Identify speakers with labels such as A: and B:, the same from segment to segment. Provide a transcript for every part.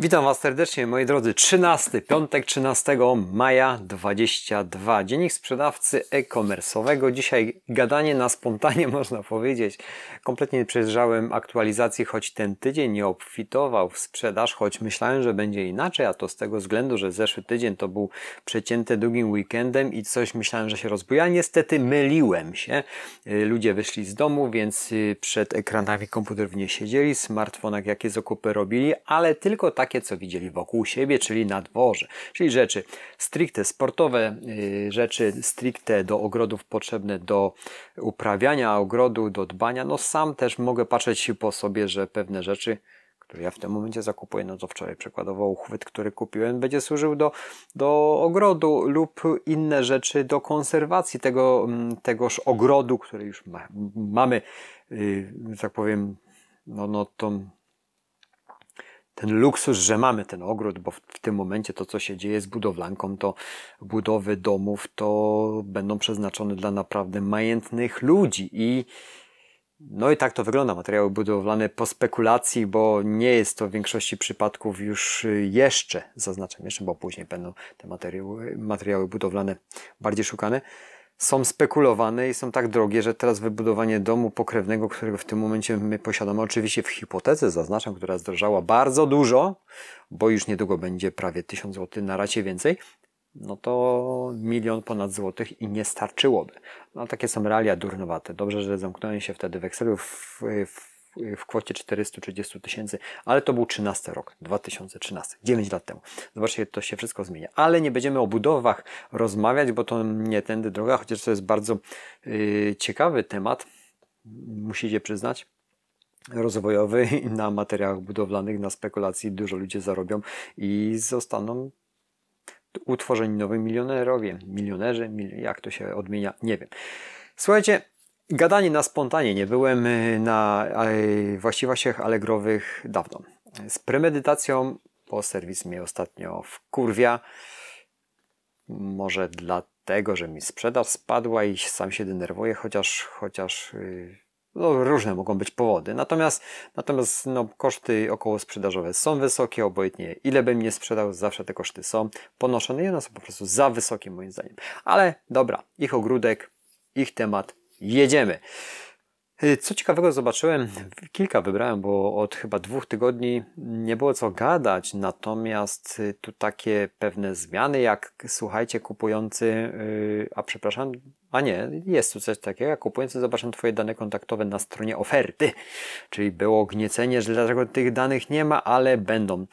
A: Witam Was serdecznie, moi drodzy. Piątek 13 maja 22. Dziennik sprzedawcy e-commerce'owego. Dzisiaj gadanie na spontanie, można powiedzieć. Kompletnie nie przejrzałem aktualizacji, choć ten tydzień nie obfitował w sprzedaż, choć myślałem, że będzie inaczej, a to z tego względu, że zeszły tydzień to był przecięty długim weekendem i coś myślałem, że się rozbuje, a niestety myliłem się. Ludzie wyszli z domu, więc przed ekranami komputerów nie siedzieli, w smartfonach jakie zakupy robili, ale tylko takie, co widzieli wokół siebie, czyli na dworze. Czyli rzeczy stricte sportowe, rzeczy stricte do ogrodów potrzebne do uprawiania ogrodu, do dbania. No sam też mogę patrzeć po sobie, że pewne rzeczy, które ja w tym momencie zakupuję, no to wczoraj przykładowo uchwyt, który kupiłem, będzie służył do ogrodu lub inne rzeczy do konserwacji tegoż ogrodu, który już mamy, że tak powiem, ten luksus, że mamy ten ogród, bo w tym momencie to, co się dzieje z budowlanką, to budowy domów, to będą przeznaczone dla naprawdę majętnych ludzi i tak to wygląda. Materiały budowlane po spekulacji, bo nie jest to w większości przypadków już jeszcze, zaznaczam jeszcze, bo później będą te materiały budowlane bardziej szukane. Są spekulowane i są tak drogie, że teraz wybudowanie domu pokrewnego, którego w tym momencie my posiadamy, oczywiście w hipotece, zaznaczam, która zdrożała bardzo dużo, bo już niedługo będzie prawie 1000 zł na racie więcej, no to 1 000 000 ponad złotych i nie starczyłoby. No takie są realia durnowate. Dobrze, że zamknąłem się wtedy w Excelu w kwocie 430 000, ale to był 13 rok, 2013, 9 lat temu. Zobaczcie, to się wszystko zmienia. Ale nie będziemy o budowach rozmawiać, bo to nie tędy droga, chociaż to jest bardzo ciekawy temat, musicie przyznać, rozwojowy i na materiałach budowlanych, na spekulacji dużo ludzie zarobią i zostaną utworzeni nowi milionerzy, jak to się odmienia, nie wiem. Słuchajcie, gadanie na spontanie. Nie byłem na właściwościach Allegrowych dawno. Z premedytacją, bo serwis mnie ostatnio wkurwia. Może dlatego, że mi sprzedaż spadła i sam się denerwuję, chociaż różne mogą być powody. Natomiast koszty około sprzedażowe są wysokie, obojętnie ile bym nie sprzedał, zawsze te koszty są ponoszone i one są po prostu za wysokie moim zdaniem. Ale dobra, ich ogródek, ich temat, jedziemy. Co ciekawego zobaczyłem, kilka wybrałem, bo od chyba 2 tygodni nie było co gadać, natomiast tu takie pewne zmiany, jak słuchajcie, kupujący, jest tu coś takiego, jak kupujący zobaczą Twoje dane kontaktowe na stronie oferty, czyli było gniecenie, że dlaczego tych danych nie ma, ale będą.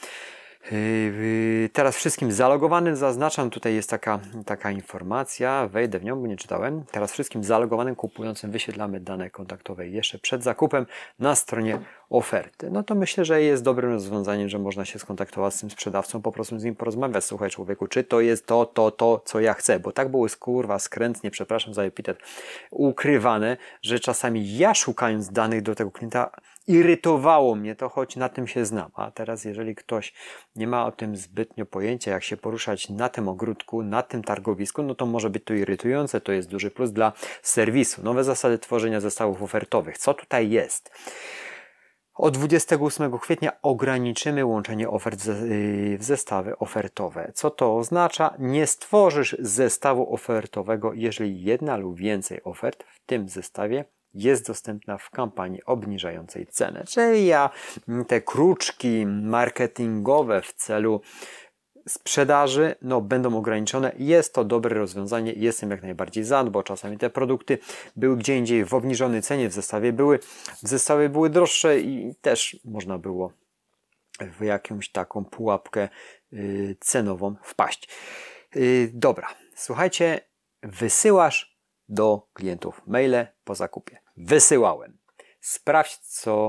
A: Teraz wszystkim zalogowanym zaznaczam, tutaj jest taka informacja, wejdę w nią, bo nie czytałem. Teraz wszystkim zalogowanym kupującym wyświetlamy dane kontaktowe jeszcze przed zakupem na stronie oferty. No to myślę, że jest dobrym rozwiązaniem, że można się skontaktować z tym sprzedawcą, po prostu z nim porozmawiać. Słuchaj człowieku, czy to jest to, co ja chcę, bo tak było skrętnie, przepraszam za epitet, ukrywane, że czasami ja szukając danych do tego klienta irytowało mnie to, choć na tym się znam. A teraz jeżeli ktoś nie ma o tym zbytnio pojęcia, jak się poruszać na tym ogródku, na tym targowisku, no to może być to irytujące, to jest duży plus dla serwisu. Nowe zasady tworzenia zestawów ofertowych. Co tutaj jest? Od 28 kwietnia ograniczymy łączenie ofert w zestawy ofertowe. Co to oznacza? Nie stworzysz zestawu ofertowego, jeżeli jedna lub więcej ofert w tym zestawie jest dostępna w kampanii obniżającej cenę. Czyli te kruczki marketingowe w celu sprzedaży będą ograniczone. Jest to dobre rozwiązanie. Jestem jak najbardziej za, bo czasami te produkty były gdzie indziej w obniżonej cenie, w zestawie były droższe i też można było w jakąś taką pułapkę cenową wpaść. Dobra, słuchajcie, wysyłasz do klientów maile po zakupie. Wysyłałem. Sprawdź,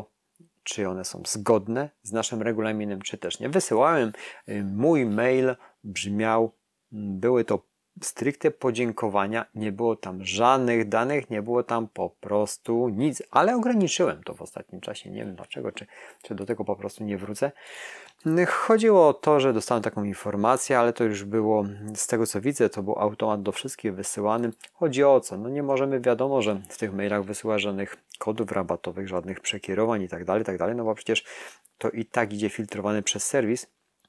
A: czy one są zgodne z naszym regulaminem, czy też nie. Wysyłałem. Mój mail brzmiał, były to stricte podziękowania, nie było tam żadnych danych, nie było tam po prostu nic, ale ograniczyłem to w ostatnim czasie. Nie wiem dlaczego, czy do tego po prostu nie wrócę. Chodziło o to, że dostałem taką informację, ale to już było, z tego co widzę, to był automat do wszystkich wysyłany. Chodzi o co? Nie możemy, wiadomo, że w tych mailach wysyłać żadnych kodów rabatowych, żadnych przekierowań i tak dalej, bo przecież to i tak idzie filtrowane przez serwis.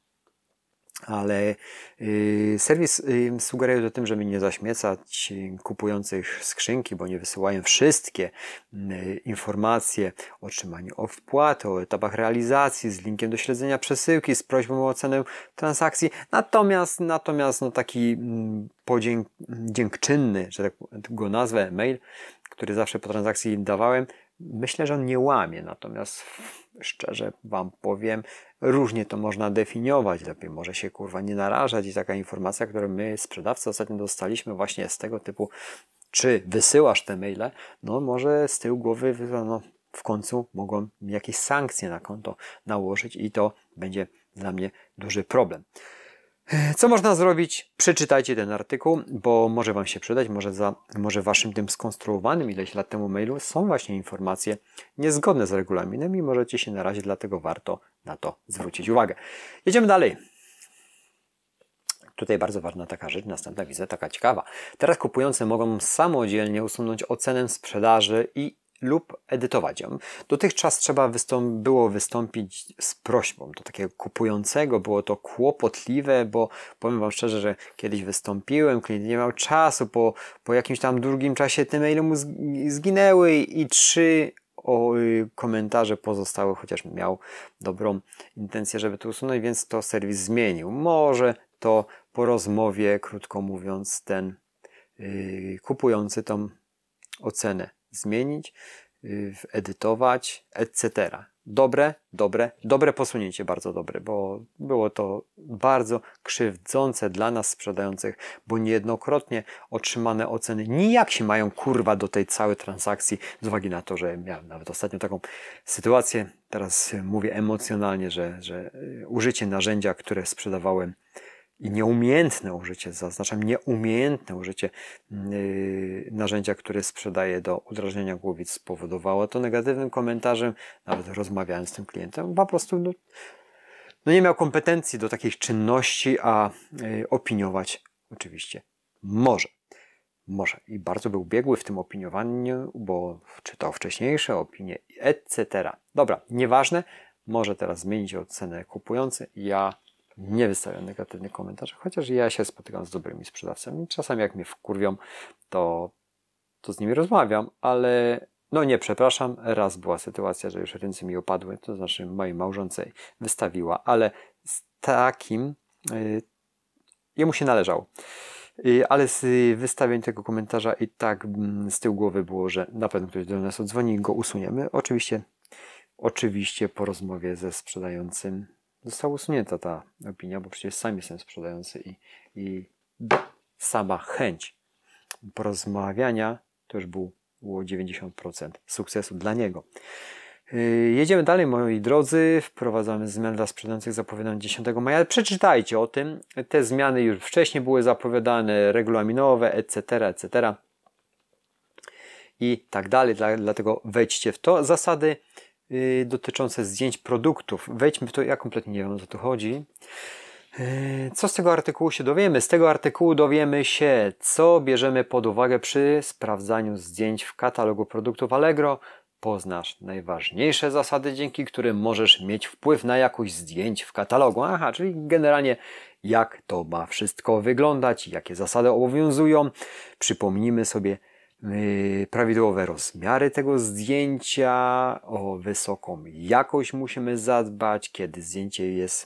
A: Ale serwis sugeruje o tym, żeby nie zaśmiecać kupujących skrzynki, bo nie wysyłają wszystkie informacje o otrzymaniu wpłaty, o etapach realizacji, z linkiem do śledzenia przesyłki, z prośbą o ocenę transakcji. Natomiast no taki dziękczynny, że tak go nazwę, mail, który zawsze po transakcji dawałem, myślę, że on nie łamie. Natomiast szczerze Wam powiem, różnie to można definiować. Lepiej może się kurwa nie narażać i taka informacja, którą my sprzedawcy ostatnio dostaliśmy właśnie z tego typu, czy wysyłasz te maile, no może z tyłu głowy w końcu mogą jakieś sankcje na konto nałożyć i to będzie dla mnie duży problem. Co można zrobić? Przeczytajcie ten artykuł, bo może Wam się przydać, może w Waszym tym skonstruowanym ileś lat temu mailu są właśnie informacje niezgodne z regulaminem i możecie się narazić, dlatego warto na to zwrócić uwagę. Jedziemy dalej. Tutaj bardzo ważna taka rzecz, następna wizyta, taka ciekawa. Teraz kupujący mogą samodzielnie usunąć ocenę sprzedaży lub edytować ją. Dotychczas trzeba było wystąpić z prośbą do takiego kupującego. Było to kłopotliwe, bo powiem Wam szczerze, że kiedyś wystąpiłem, klient nie miał czasu, po jakimś tam długim czasie te maile mu zginęły i 3 komentarze pozostałe, chociaż miał dobrą intencję, żeby to usunąć, więc to serwis zmienił. Może to po rozmowie, krótko mówiąc, ten kupujący tą ocenę zmienić, edytować, etc. Dobre posunięcie, bardzo dobre, bo było to bardzo krzywdzące dla nas sprzedających, bo niejednokrotnie otrzymane oceny nijak się mają kurwa do tej całej transakcji, z uwagi na to, że miałem nawet ostatnio taką sytuację, teraz mówię emocjonalnie, że użycie narzędzia, które sprzedawałem, i nieumiejętne użycie, zaznaczam nieumiejętne użycie narzędzia, które sprzedaję do udrażniania głowic, spowodowało to negatywnym komentarzem, nawet rozmawiając z tym klientem, po prostu nie miał kompetencji do takich czynności, a opiniować oczywiście może. I bardzo był biegły w tym opiniowaniu, bo czytał wcześniejsze opinie, etc. Dobra, nieważne, może teraz zmienić ocenę kupujący. Ja nie wystawiam negatywnych komentarzy, chociaż ja się spotykam z dobrymi sprzedawcami. Czasami jak mnie wkurwią, to z nimi rozmawiam, ale nie, przepraszam. Raz była sytuacja, że już ręce mi opadły, to znaczy mojej małżonce wystawiła, ale z takim jemu się należało. Ale z wystawień tego komentarza i tak z tyłu głowy było, że na pewno ktoś do nas odzwoni i go usuniemy. Oczywiście po rozmowie ze sprzedającym została usunięta ta opinia, bo przecież sam jestem sprzedający i sama chęć porozmawiania to już było 90% sukcesu dla niego. Jedziemy dalej, moi drodzy. Wprowadzamy zmiany dla sprzedających zapowiadane 10 maja. Przeczytajcie o tym. Te zmiany już wcześniej były zapowiadane, regulaminowe, etc. I tak dalej. Dlatego wejdźcie w to. Zasady dotyczące zdjęć produktów. Wejdźmy w to, ja kompletnie nie wiem, o co tu chodzi. Co z tego artykułu się dowiemy? Z tego artykułu dowiemy się, co bierzemy pod uwagę przy sprawdzaniu zdjęć w katalogu produktów Allegro. Poznasz najważniejsze zasady, dzięki którym możesz mieć wpływ na jakość zdjęć w katalogu. Czyli generalnie jak to ma wszystko wyglądać, jakie zasady obowiązują. Przypomnijmy sobie prawidłowe rozmiary tego zdjęcia, o wysoką jakość musimy zadbać, kiedy zdjęcie jest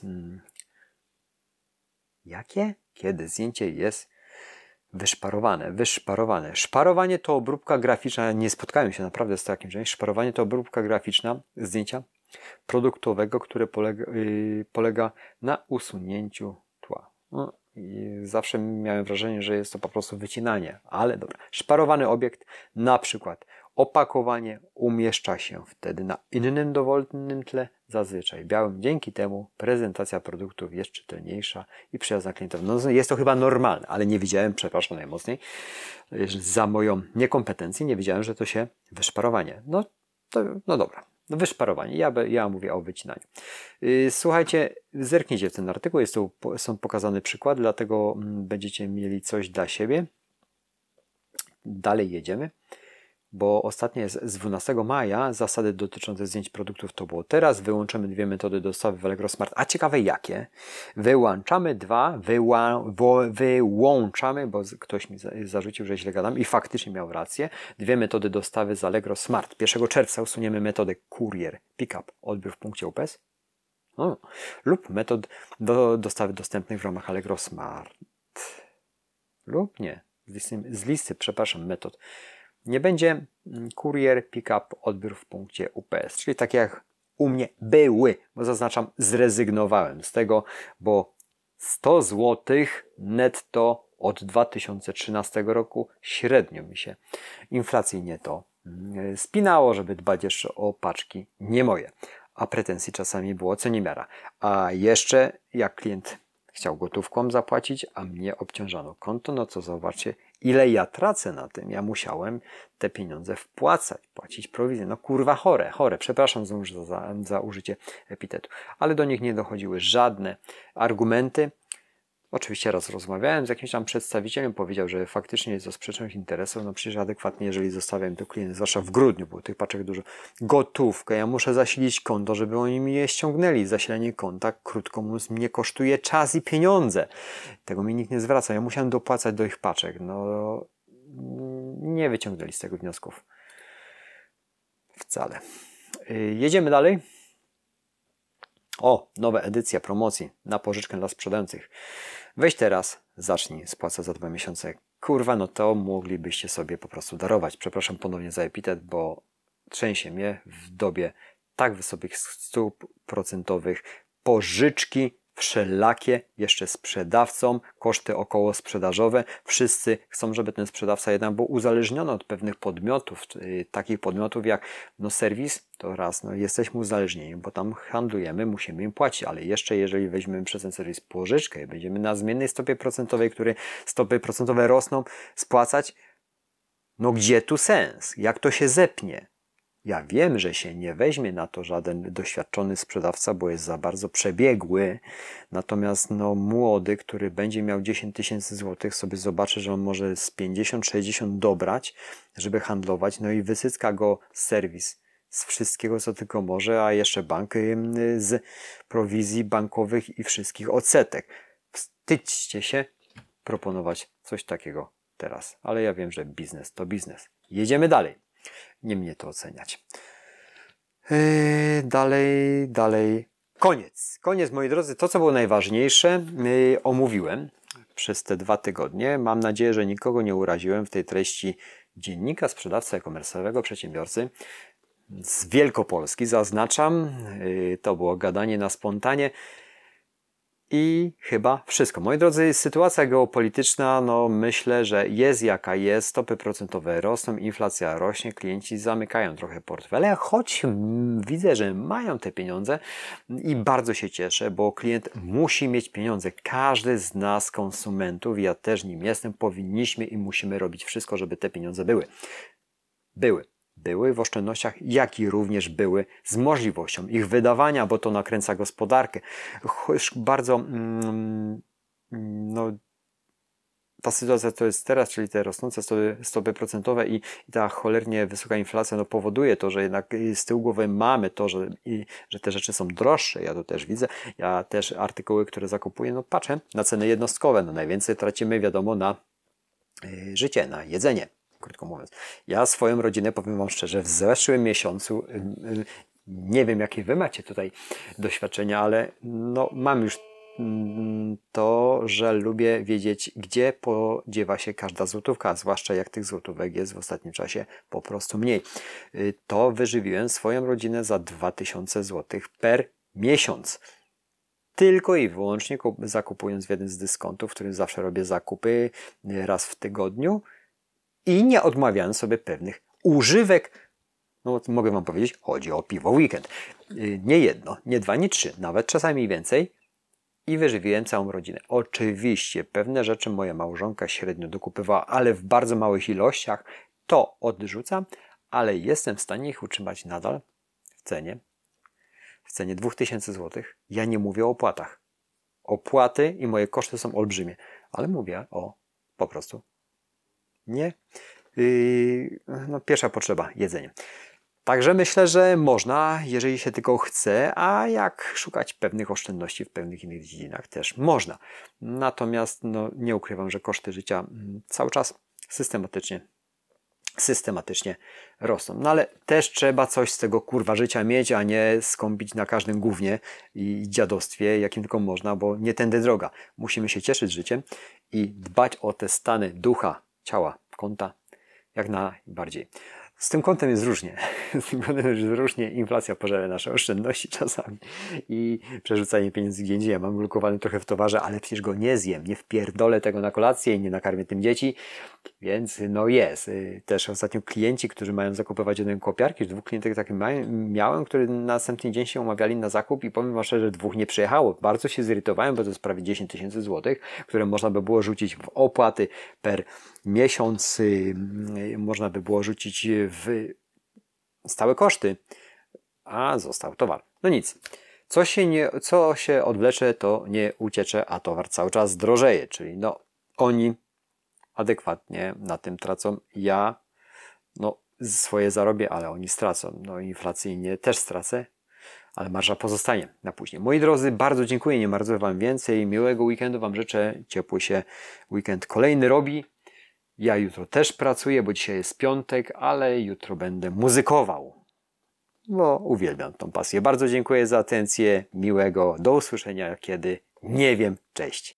A: Kiedy zdjęcie jest wyszparowane. Szparowanie to obróbka graficzna, nie spotkałem się naprawdę z takim czymś. Szparowanie to obróbka graficzna zdjęcia produktowego, które polega na usunięciu tła. I zawsze miałem wrażenie, że jest to po prostu wycinanie, ale dobra. Szparowany obiekt, na przykład opakowanie, umieszcza się wtedy na innym dowolnym tle, zazwyczaj białym. Dzięki temu prezentacja produktów jest czytelniejsza i przyjazna klientowi. Jest to chyba normalne, ale nie widziałem, przepraszam najmocniej, za moją niekompetencję, nie wiedziałem, że to się wyszparowanie. Dobra. Wyszparowanie. Ja mówię o wycinaniu. Słuchajcie, zerknijcie w ten artykuł, są pokazane przykłady, dlatego będziecie mieli coś dla siebie. Dalej jedziemy. bo ostatnie jest z 12 maja, zasady dotyczące zdjęć produktów to było teraz, wyłączymy dwie metody dostawy w Allegro Smart, a ciekawe jakie? Wyłączamy wyłączamy, bo ktoś mi zarzucił, że źle gadam i faktycznie miał rację, dwie metody dostawy z Allegro Smart. 1 czerwca usuniemy metodę kurier, pick-up, odbiór w punkcie UPS lub metod do dostawy dostępnych w ramach Allegro Smart. Lub nie, z listy, przepraszam, metod. Nie będzie kurier, pick-up, odbiór w punkcie UPS, czyli tak jak u mnie były, bo zaznaczam, zrezygnowałem z tego, bo 100 zł netto od 2013 roku średnio mi się inflacyjnie to spinało, żeby dbać jeszcze o paczki nie moje, a pretensji czasami było co niemiara. A jeszcze jak klient chciał gotówką zapłacić, a mnie obciążano konto, no to zobaczcie, ile ja tracę na tym. Ja musiałem te pieniądze wpłacać, płacić prowizję. No kurwa chore. Przepraszam za użycie epitetu. Ale do nich nie dochodziły żadne argumenty. Oczywiście raz rozmawiałem z jakimś tam przedstawicielem, powiedział, że faktycznie jest to sprzeczność interesów. No przecież adekwatnie, jeżeli zostawiam to klient, zwłaszcza w grudniu, było tych paczek dużo, gotówkę, ja muszę zasilić konto, żeby oni mi je ściągnęli. Zasilanie konta, krótko mówiąc, mnie kosztuje czas i pieniądze. Tego mi nikt nie zwraca. Ja musiałem dopłacać do ich paczek. No nie wyciągnęli z tego wniosków. Wcale. Jedziemy dalej. O, nowa edycja promocji na pożyczkę dla sprzedających. Weź teraz, zacznij spłacać za 2 miesiące. Kurwa, no to moglibyście sobie po prostu darować. Przepraszam ponownie za epitet, bo trzęsie mnie w dobie tak wysokich stóp procentowych. Pożyczki wszelakie, jeszcze sprzedawcom, koszty około sprzedażowe. Wszyscy chcą, żeby ten sprzedawca jednak był uzależniony od pewnych podmiotów, takich podmiotów jak serwis, to raz, jesteśmy uzależnieni, bo tam handlujemy, musimy im płacić, ale jeszcze jeżeli weźmiemy przez ten serwis pożyczkę i będziemy na zmiennej stopie procentowej, które stopy procentowe rosną, spłacać, no gdzie tu sens? Jak to się zepnie? Ja wiem, że się nie weźmie na to żaden doświadczony sprzedawca, bo jest za bardzo przebiegły. Natomiast młody, który będzie miał 10 000 złotych, sobie zobaczy, że on może z 50-60 dobrać, żeby handlować. No i wysycka go serwis z wszystkiego, co tylko może, a jeszcze bank z prowizji bankowych i wszystkich odsetek. Wstydźcie się proponować coś takiego teraz. Ale ja wiem, że biznes to biznes. Jedziemy dalej. Nie mnie to oceniać. Dalej. Koniec, moi drodzy. To, co było najważniejsze, omówiłem przez te 2 tygodnie. Mam nadzieję, że nikogo nie uraziłem w tej treści dziennika sprzedawcy e-commerce'owego przedsiębiorcy z Wielkopolski. Zaznaczam, to było gadanie na spontanie. I chyba wszystko. Moi drodzy, sytuacja geopolityczna, myślę, że jest jaka jest, stopy procentowe rosną, inflacja rośnie, klienci zamykają trochę portfele, choć widzę, że mają te pieniądze i bardzo się cieszę, bo klient musi mieć pieniądze. Każdy z nas, konsumentów, ja też nim jestem, powinniśmy i musimy robić wszystko, żeby te pieniądze były w oszczędnościach, jak i również były z możliwością ich wydawania, bo to nakręca gospodarkę. Bardzo ta sytuacja, to jest teraz, czyli te rosnące stopy procentowe i ta cholernie wysoka inflacja powoduje to, że jednak z tyłu głowy mamy to, że te rzeczy są droższe. Ja to też widzę. Ja też artykuły, które zakupuję, patrzę na ceny jednostkowe. Najwięcej tracimy, wiadomo, na życie, na jedzenie. Krótko mówiąc. Ja swoją rodzinę, powiem Wam szczerze, w zeszłym miesiącu, nie wiem jakie Wy macie tutaj doświadczenia, ale mam już to, że lubię wiedzieć, gdzie podziewa się każda złotówka, zwłaszcza jak tych złotówek jest w ostatnim czasie po prostu mniej. To wyżywiłem swoją rodzinę za 2000 zł per miesiąc. Tylko i wyłącznie zakupując w jednym z dyskontów, w którym zawsze robię zakupy raz w tygodniu, i nie odmawiając sobie pewnych używek. Mogę Wam powiedzieć, chodzi o piwo weekend. Nie jedno, nie 2, nie 3, nawet czasami więcej. I wyżywiłem całą rodzinę. Oczywiście pewne rzeczy moja małżonka średnio dokupywała, ale w bardzo małych ilościach. To odrzucam, ale jestem w stanie ich utrzymać nadal w cenie 2000 zł. Ja nie mówię o opłatach. Opłaty i moje koszty są olbrzymie, ale mówię o po prostu nie no, pierwsza potrzeba, jedzenie. Także myślę, że można, jeżeli się tylko chce, a jak szukać pewnych oszczędności w pewnych innych dziedzinach też można. Natomiast no, nie ukrywam, że koszty życia cały czas systematycznie rosną. No ale też trzeba coś z tego kurwa życia mieć, a nie skąpić na każdym gównie i dziadostwie, jakim tylko można, bo nie tędy droga. Musimy się cieszyć życiem i dbać o te stany ducha, ciała, konta jak najbardziej. Z tym kątem jest różnie. Z tym kątem jest różnie. Inflacja pożera nasze oszczędności czasami i przerzucanie pieniędzy gdzie indziej. Ja mam blokowany trochę w towarze, ale przecież go nie zjem. Nie wpierdolę tego na kolację i nie nakarmię tym dzieci. Więc no jest. Też ostatnio klienci, którzy mają zakupywać jeden kopiarki, 2 klientów takich miałem, które na następny dzień się umawiali na zakup i powiem wam szczerze, że 2 nie przyjechało. Bardzo się zirytowałem, bo to jest prawie 10 000 złotych, które można by było rzucić w opłaty per miesiąc, można by było rzucić w stałe koszty, a został towar. No nic. Co się odwlecze, to nie uciecze, a towar cały czas drożeje, czyli no oni adekwatnie na tym tracą. Ja no swoje zarobię, ale oni stracą. No inflacyjnie też stracę, ale marża pozostanie na później. Moi drodzy, bardzo dziękuję, nie marnuję wam więcej. Miłego weekendu wam życzę. Ciepły się weekend kolejny robi. Ja jutro też pracuję, bo dzisiaj jest piątek, ale jutro będę muzykował, bo uwielbiam tą pasję. Bardzo dziękuję za atencję. Miłego. Do usłyszenia kiedy? Nie wiem. Cześć.